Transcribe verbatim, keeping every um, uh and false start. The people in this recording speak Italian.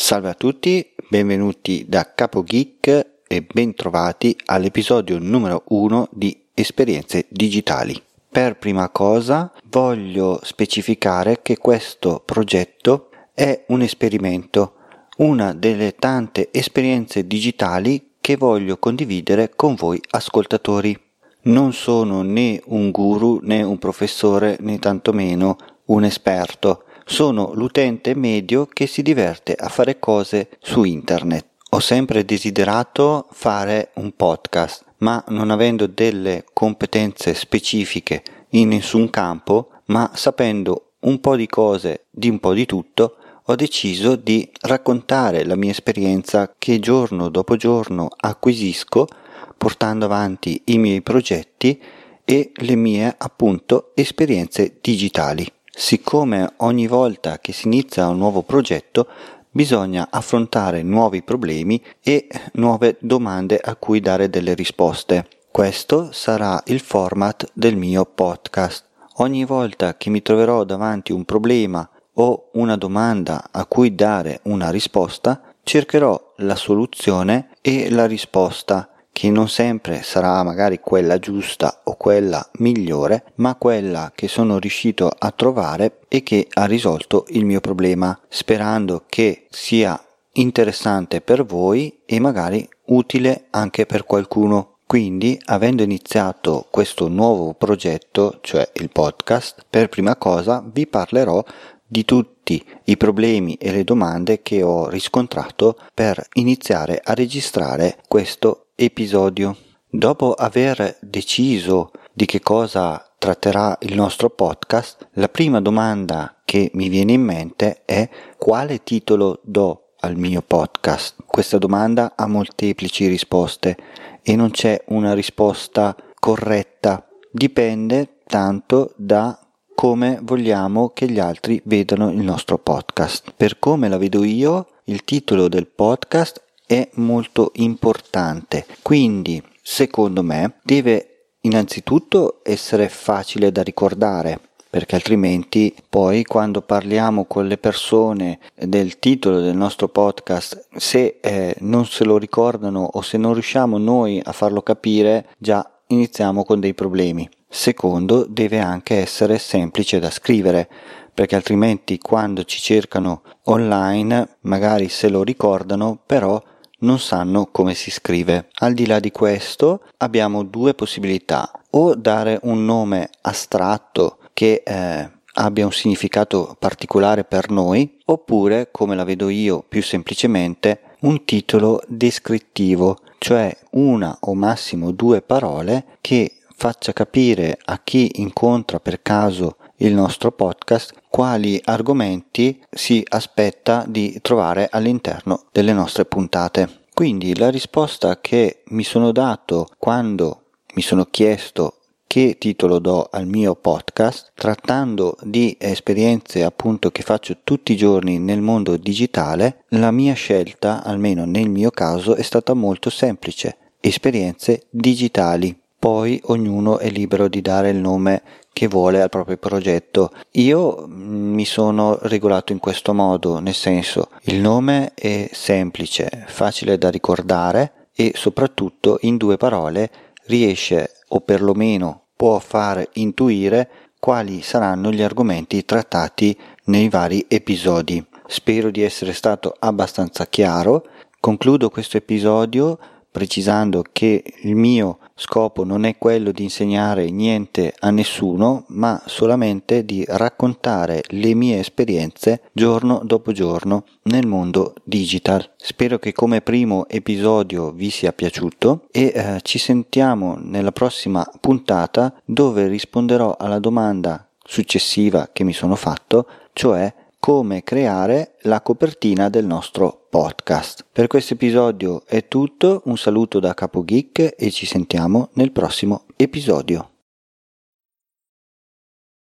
Salve a tutti, benvenuti da Capo Geek e bentrovati all'episodio numero uno di Esperienze Digitali. Per prima cosa voglio specificare che questo progetto è un esperimento, una delle tante esperienze digitali che voglio condividere con voi ascoltatori. Non sono né un guru né un professore né tantomeno un esperto. Sono l'utente medio che si diverte a fare cose su internet. Ho sempre desiderato fare un podcast, ma non avendo delle competenze specifiche in nessun campo, ma sapendo un po' di cose di un po' di tutto, ho deciso di raccontare la mia esperienza che giorno dopo giorno acquisisco portando avanti i miei progetti e le mie appunto esperienze digitali. Siccome ogni volta che si inizia un nuovo progetto bisogna affrontare nuovi problemi e nuove domande a cui dare delle risposte. Questo sarà il format del mio podcast. Ogni volta che mi troverò davanti un problema o una domanda a cui dare una risposta, cercherò la soluzione e la risposta, che non sempre sarà magari quella giusta o quella migliore, ma quella che sono riuscito a trovare e che ha risolto il mio problema, sperando che sia interessante per voi e magari utile anche per qualcuno. Quindi, avendo iniziato questo nuovo progetto, cioè il podcast, per prima cosa vi parlerò di tutti i problemi e le domande che ho riscontrato per iniziare a registrare questo episodio. Dopo aver deciso di che cosa tratterà il nostro podcast, la prima domanda che mi viene in mente è: quale titolo do al mio podcast? Questa domanda ha molteplici risposte e non c'è una risposta corretta, dipende tanto da come vogliamo che gli altri vedano il nostro podcast. Per come la vedo io, il titolo del podcast è molto importante, quindi secondo me deve innanzitutto essere facile da ricordare, perché altrimenti poi quando parliamo con le persone del titolo del nostro podcast, se eh, non se lo ricordano o se non riusciamo noi a farlo capire, già iniziamo con dei problemi. Secondo, deve anche essere semplice da scrivere, perché altrimenti quando ci cercano online magari se lo ricordano, però non sanno come si scrive. Al di là di questo abbiamo due possibilità: o dare un nome astratto che eh, abbia un significato particolare per noi, oppure, come la vedo io più semplicemente, un titolo descrittivo, cioè una o massimo due parole che faccia capire a chi incontra per caso il nostro podcast quali argomenti si aspetta di trovare all'interno delle nostre puntate. Quindi la risposta che mi sono dato quando mi sono chiesto che titolo do al mio podcast, trattando di esperienze appunto che faccio tutti i giorni nel mondo digitale, la mia scelta, almeno nel mio caso, è stata molto semplice: esperienze digitali. Poi ognuno è libero di dare il nome che vuole al proprio progetto. Io mi sono regolato in questo modo, nel senso, il nome è semplice, facile da ricordare e soprattutto in due parole riesce, o perlomeno può far intuire, quali saranno gli argomenti trattati nei vari episodi. Spero di essere stato abbastanza chiaro. Concludo questo episodio precisando che il mio scopo non è quello di insegnare niente a nessuno, ma solamente di raccontare le mie esperienze giorno dopo giorno nel mondo digital. Spero che come primo episodio vi sia piaciuto e eh, ci sentiamo nella prossima puntata, dove risponderò alla domanda successiva che mi sono fatto, cioè come creare la copertina del nostro podcast. Per questo episodio è tutto, un saluto da Capo Geek e ci sentiamo nel prossimo episodio.